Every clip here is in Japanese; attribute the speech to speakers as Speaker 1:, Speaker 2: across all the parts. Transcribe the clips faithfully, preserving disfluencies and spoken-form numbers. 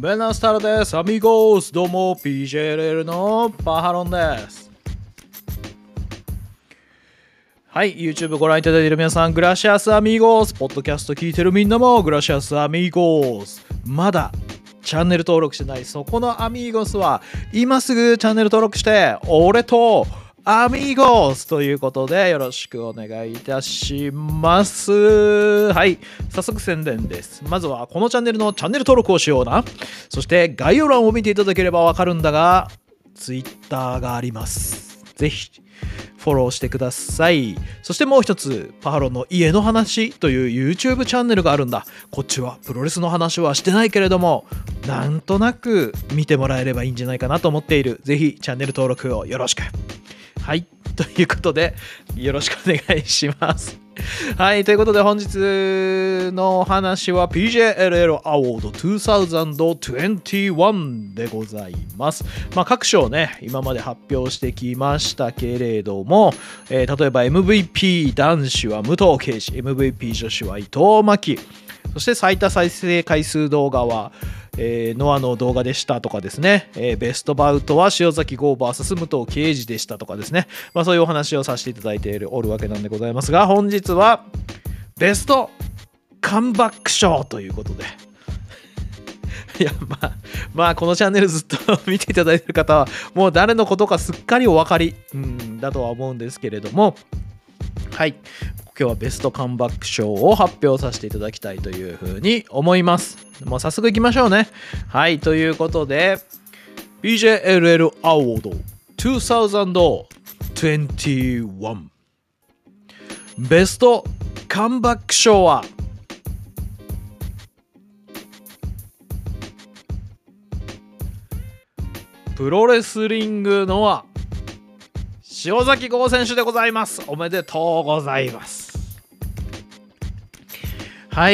Speaker 1: メナスタルです。アミゴース。どうも ピージェーエルエル のパハロンです。はい、YouTube ご覧いただいている皆さん、グラシアスアミゴース。ポッドキャスト聞いてるみんなも、グラシアスアミゴース。まだチャンネル登録してないそこのアミゴスは、今すぐチャンネル登録して、俺とアミゴスということでよろしくお願いいたします。はい、早速宣伝です。まずはこのチャンネルのチャンネル登録をしような。そして概要欄を見ていただければわかるんだが、Twitter があります。ぜひフォローしてください。そしてもう一つ、パハロンの家の話という YouTube チャンネルがあるんだ。こっちはプロレスの話はしてないけれども、なんとなく見てもらえればいいんじゃないかなと思っている。ぜひチャンネル登録をよろしく。はい、ということでよろしくお願いします。はい、ということで本日の話は ピージェーエルエル アワードにせんにじゅういちでございます。まあ各賞ね、今まで発表してきましたけれども、えー、例えば エムブイピー 男子は武藤敬司、エムブイピー 女子は伊藤真希、そして最多再生回数動画はえー、ノアの動画でしたとかですね、えー、ベストバウトは塩崎豪 ブイエス 武藤敬司でしたとかですね、まあ、そういうお話をさせていただいているおるわけなんでございますが、本日はベストカムバック賞ということでいやまあまあこのチャンネルずっと見ていただいている方はもう誰のことかすっかりお分かり、うん、だとは思うんですけれども、はい、今日はベストカムバック賞を発表させていただきたいというふうに思います。もう早速いきましょうね。はい、ということで ピージェーエルエル アワードにせんにじゅういちベストカムバック賞はプロレスリングノア塩崎豪選手でございます。おめでとうございます。はい、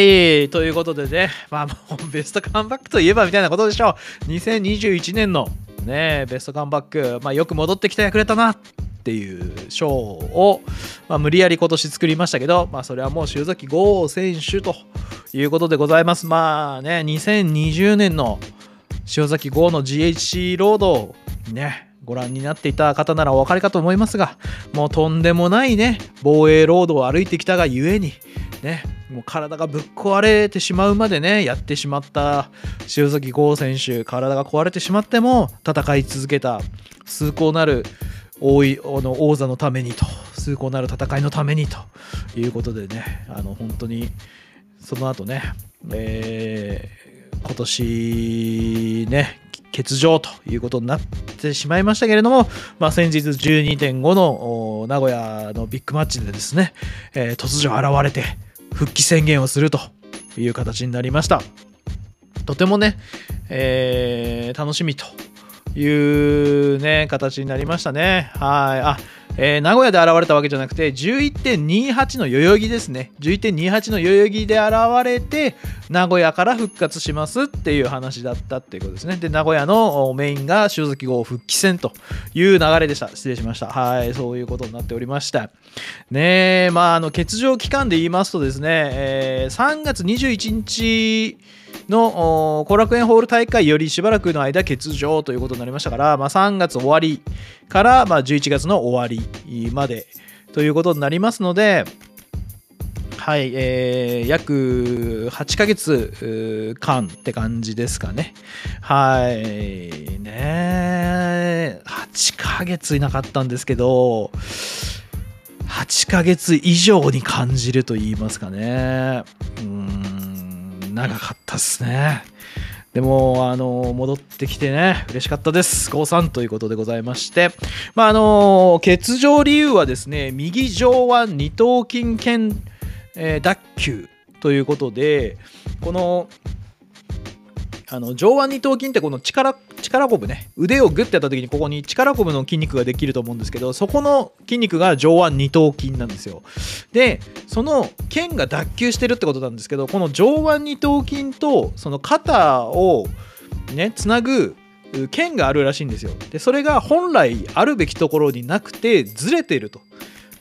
Speaker 1: ということでね、まあもうベストカムバックといえばみたいなことでしょう。にせんにじゅういちねんのねベストカムバック、まあよく戻ってきてくれたなっていう賞を、まあ、無理やり今年作りましたけど、まあそれはもう塩崎豪選手ということでございます。まあね、にせんにじゅうねんの塩崎豪の ジーエイチシー ロードをねご覧になっていた方ならお分かりかと思いますが、もうとんでもないね防衛ロードを歩いてきたがゆえにね、もう体がぶっ壊れてしまうまでねやってしまった塩崎豪選手、体が壊れてしまっても戦い続けた崇高なる王位の王座のためにと、崇高なる戦いのためにということでね、あの本当にその後ね、えー、今年ね欠場ということになってしまいましたけれども、まあ、先日 じゅうにてんご の名古屋のビッグマッチでですね、えー、突如現れて復帰宣言をするという形になりました。とてもね、えー、楽しみというね形になりましたね。はい、あ、えー、名古屋で現れたわけじゃなくて じゅういってんにじゅうはち の代々木ですね。じゅういってんにじゅうはち の代々木で現れて名古屋から復活しますっていう話だったっていうことですね。で名古屋のメインが塩崎豪復帰戦という流れでした。失礼しました。はい、そういうことになっておりましたね。えまああの欠場期間で言いますとですね、えー、さんがつにじゅういちにちの後楽園ホール大会よりしばらくの間欠場ということになりましたから、まあ、さんがつ終わりから、まあ、じゅういちがつの終わりまでということになりますので、はい、えー、約はちかげつかんって感じですかね。はいね、はちかげついなかったんですけどはちかげつ以上に感じると言いますかね。うーん、長かったですね。でもあの戻ってきてね嬉しかったです。ごさんということでございまして、まああの欠場理由はですね、右上腕二頭筋腱、えー、脱臼ということで、このあの上腕二頭筋ってこの力力こぶね、腕をグッてやった時にここに力こぶの筋肉ができると思うんですけど、そこの筋肉が上腕二頭筋なんですよ。でその腱が脱臼してるってことなんですけど、この上腕二頭筋とその肩をねつなぐ腱があるらしいんですよ。でそれが本来あるべきところになくてずれてると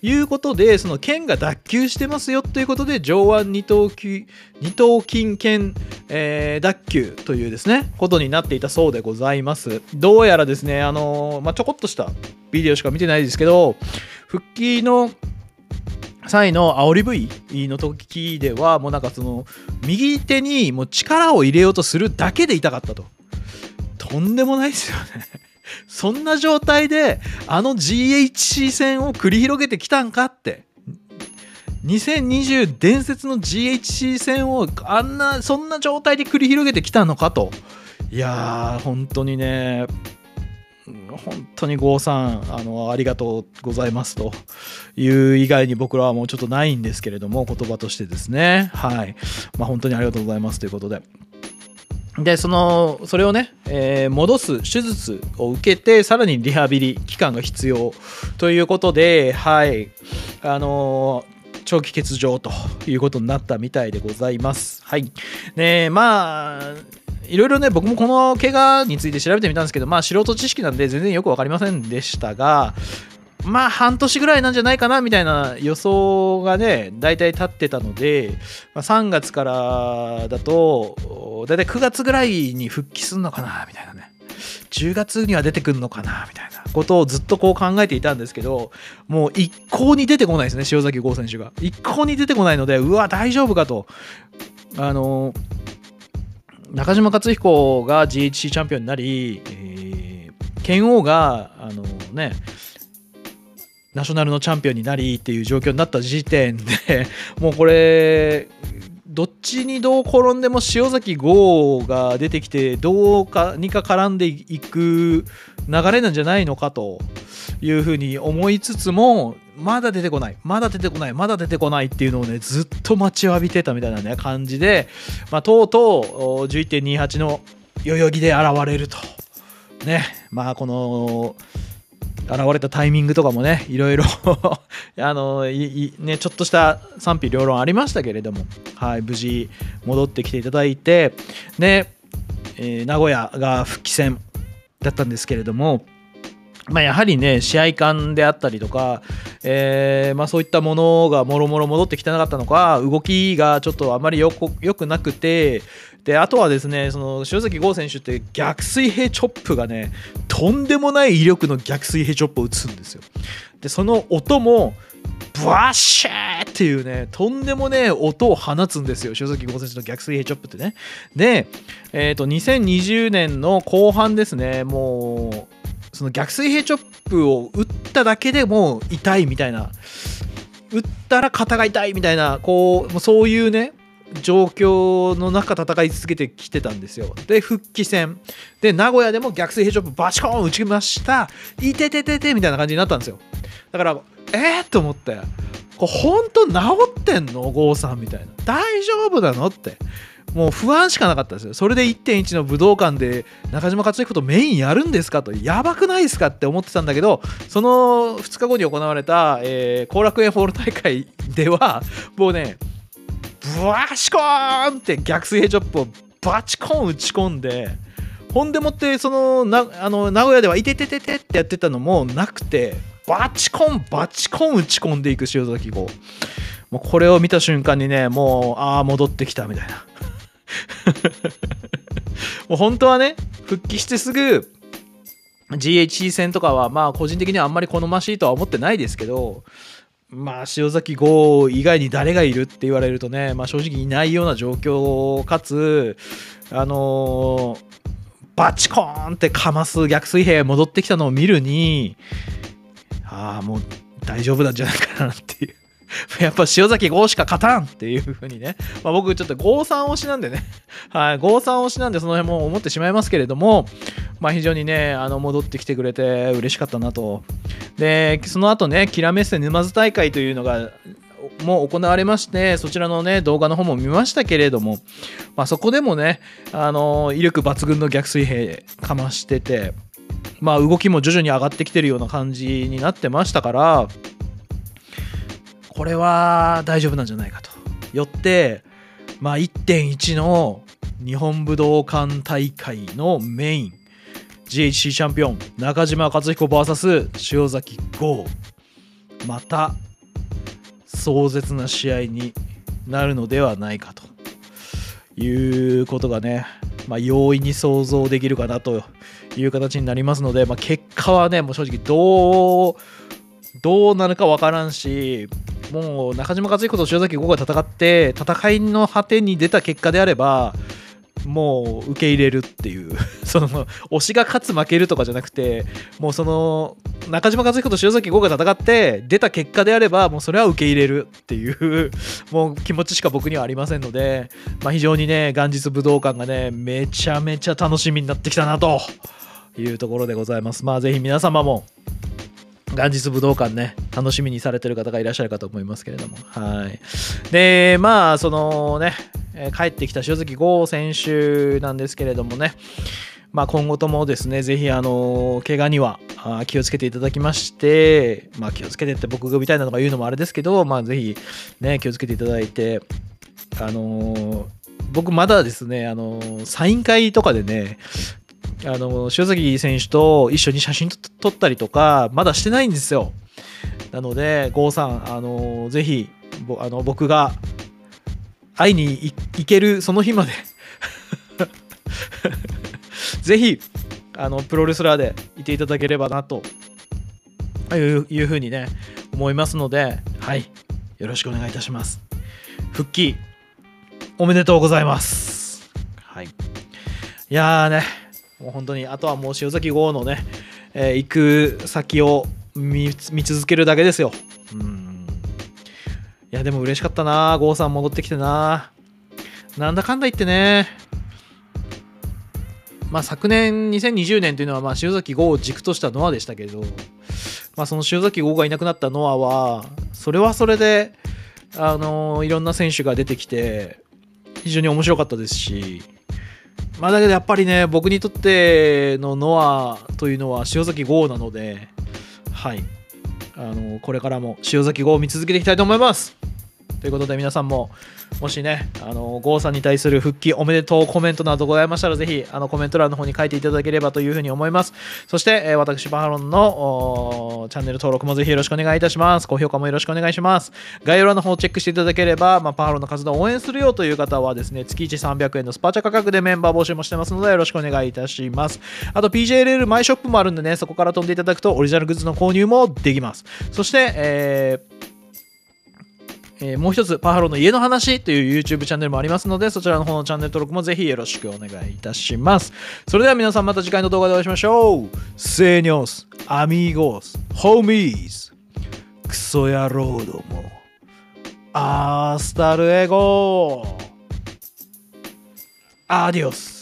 Speaker 1: いうことで、その腱が脱臼してますよということで、上腕二頭筋二頭筋腱、えー、脱臼というですねことになっていたそうでございます。どうやらですね、あのーまあ、ちょこっとしたビデオしか見てないですけど、復帰の際の煽り V の時ではもうなんかその右手にもう力を入れようとするだけで痛かったと。とんでもないですよね。そんな状態であの ジーエイチシー 戦を繰り広げてきたんかって。にせんにじゅう伝説の ジーエイチシー 戦をあんなそんな状態で繰り広げてきたのかと。いやー本当にね、本当に郷さん あのありがとうございますという以外に僕らはもうちょっとないんですけれども、言葉としてですね、はい、まあ、本当にありがとうございますということで。でそのそれをね、えー、戻す手術を受けて、さらにリハビリ期間が必要ということで、はいあのー、長期欠場ということになったみたいでございます。はいね、まあいろいろね、僕もこの怪我について調べてみたんですけど、まあ素人知識なんで全然よく分かりませんでしたが、まあ半年ぐらいなんじゃないかなみたいな予想がね大体立ってたので、まあ、さんがつからだと大体くがつぐらいに復帰するのかなみたいなね、じゅうがつには出てくるのかなみたいなことをずっとこう考えていたんですけど、もう一向に出てこないですね、塩崎豪選手が一向に出てこないので、うわ大丈夫かと。あの中島克彦が ジーエイチシー チャンピオンになり、えー、剣王があのねナショナルのチャンピオンになりっていう状況になった時点でもうこれどっちにどう転んでも塩崎豪が出てきてどうかにか絡んでいく流れなんじゃないのかというふうに思いつつも、まだ出てこないまだ出てこないまだ出てこないっていうのをねずっと待ちわびてたみたいなね感じで、まあ、とうとう じゅういってんにはち の代々木で現れるとね。まあこの現れたタイミングとかもねいろいろあのいい、ね、ちょっとした賛否両論ありましたけれども、はい、無事戻ってきていただいて、ねえー、名古屋が復帰戦だったんですけれども、まあ、やはりね試合感であったりとか、えーまあ、そういったものがもろもろ戻ってきてなかったのか、動きがちょっとあまりよく、よくなくて、であとはですね、その塩崎豪選手って逆水平チョップがねとんでもない威力の逆水平チョップを打つんですよ。でその音もブワッシャーっていうねとんでもねえ音を放つんですよ、塩崎豪選手の逆水平チョップってね。で、えーと、にせんにじゅうねんの後半ですね、もうその逆水平チョップを打っただけでもう痛いみたいな、打ったら肩が痛いみたいな、こうそういうね状況の中戦い続けてきてたんですよ。で復帰戦で名古屋でも逆水平チョップバチコーン打ちました、いててててみたいな感じになったんですよ。だからえー、と思って、これ本当治ってんの郷さんみたいな、大丈夫なのって、もう不安しかなかったですよ。それで いってんいち の武道館で中島克彦とメインやるんですかと、やばくないですかって思ってたんだけど、そのふつかごに行われた後、えー、楽園ホール大会ではもうねブワシコーンって逆水平チョップをバチコン打ち込んで、ほんでもってそのなあの名古屋ではいててててってやってたのもなくて、バチコンバチコン打ち込んでいく塩崎豪、もうこれを見た瞬間にね、もうああ戻ってきたみたいなもう本当はね復帰してすぐ ジーエイチシー 戦とかはまあ個人的にはあんまり好ましいとは思ってないですけど、まあ塩崎豪以外に誰がいるって言われるとね、まあ、正直いないような状況かつ、あのー、バチコーンってかます逆水平戻ってきたのを見るに、ああもう大丈夫なんじゃないかなっていうやっぱ塩崎豪しか勝たんっていう風にね、まあ、僕ちょっと豪さん推しなんでね、はい、豪さん推しなんでその辺も思ってしまいますけれども、まあ、非常にねあの戻ってきてくれて嬉しかったなと。でその後ねキラメッセ沼津大会というのがもう行われまして、そちらのね動画の方も見ましたけれども、まあ、そこでもねあの威力抜群の逆水平かましてて、まあ動きも徐々に上がってきてるような感じになってましたから、これは大丈夫なんじゃないかと。よって、まあ、いってんいち の日本武道館大会のメイン ジーエイチシー チャンピオン中島克彦 ブイエス 塩崎豪、また壮絶な試合になるのではないかということがね、まあ、容易に想像できるかなという形になりますので、まあ、結果はねもう正直どうどうなるか分からんし、もう中島克彦と塩崎豪が戦って戦いの果てに出た結果であればもう受け入れるっていうその推しが勝つ負けるとかじゃなくて、もうその中島克彦と塩崎豪が戦って出た結果であればもうそれは受け入れるっていうもう気持ちしか僕にはありませんので、まあ、非常にね元日武道館がねめちゃめちゃ楽しみになってきたなというところでございます。まあぜひ皆様も元日武道館ね楽しみにされてる方がいらっしゃるかと思いますけれども、はいでまあそのね帰ってきた塩崎豪選手なんですけれどもね、まあ、今後ともですねぜひあの怪我には気をつけていただきまして、まあ、気をつけてって僕がみたいなのが言うのもあれですけど、まあ、ぜひね気をつけていただいて、あの僕まだですねあのサイン会とかでねあの塩崎選手と一緒に写真撮ったりとかまだしてないんですよ。なので郷さんあのぜひあの僕が会いに行けるその日までぜひあのプロレスラーでいていただければなといういうふうにね思いますので、はいよろしくお願いいたします。復帰おめでとうございます。はいいやーねもう本当にあとはもう塩崎豪のね、えー、行く先を 見, 見続けるだけですよ。うんいやでも嬉しかったな、郷さん戻ってきてな。なんだかんだ言ってね、まあ昨年にせんにじゅうねんというのはまあ塩崎豪を軸としたノアでしたけど、まあその塩崎豪がいなくなったノアはそれはそれであのー、いろんな選手が出てきて非常に面白かったですし、まあだけどやっぱりね僕にとってのノアというのは塩崎豪なので、はいあのー、これからも塩崎豪を見続けていきたいと思います。ということで皆さんももしねあの郷さんに対する復帰おめでとうコメントなどございましたらぜひあのコメント欄の方に書いていただければというふうに思います。そして、えー、私バハロンのチャンネル登録もぜひよろしくお願いいたします。高評価もよろしくお願いします。概要欄の方をチェックしていただければ、まあ、バハロンの活動を応援するよという方はですね月いちさんびゃくえんのスパチャ価格でメンバー募集もしてますのでよろしくお願いいたします。あと ピージェーエルエル マイショップもあるんでねそこから飛んでいただくとオリジナルグッズの購入もできます。そして、えーえー、もう一つパワハロの家の話という YouTube チャンネルもありますのでそちらの方のチャンネル登録もぜひよろしくお願いいたします。それでは皆さんまた次回の動画でお会いしましょう。セーニョス、アミーゴス、ホーミーズ、クソ野郎ども、アースタルエゴ、アディオス。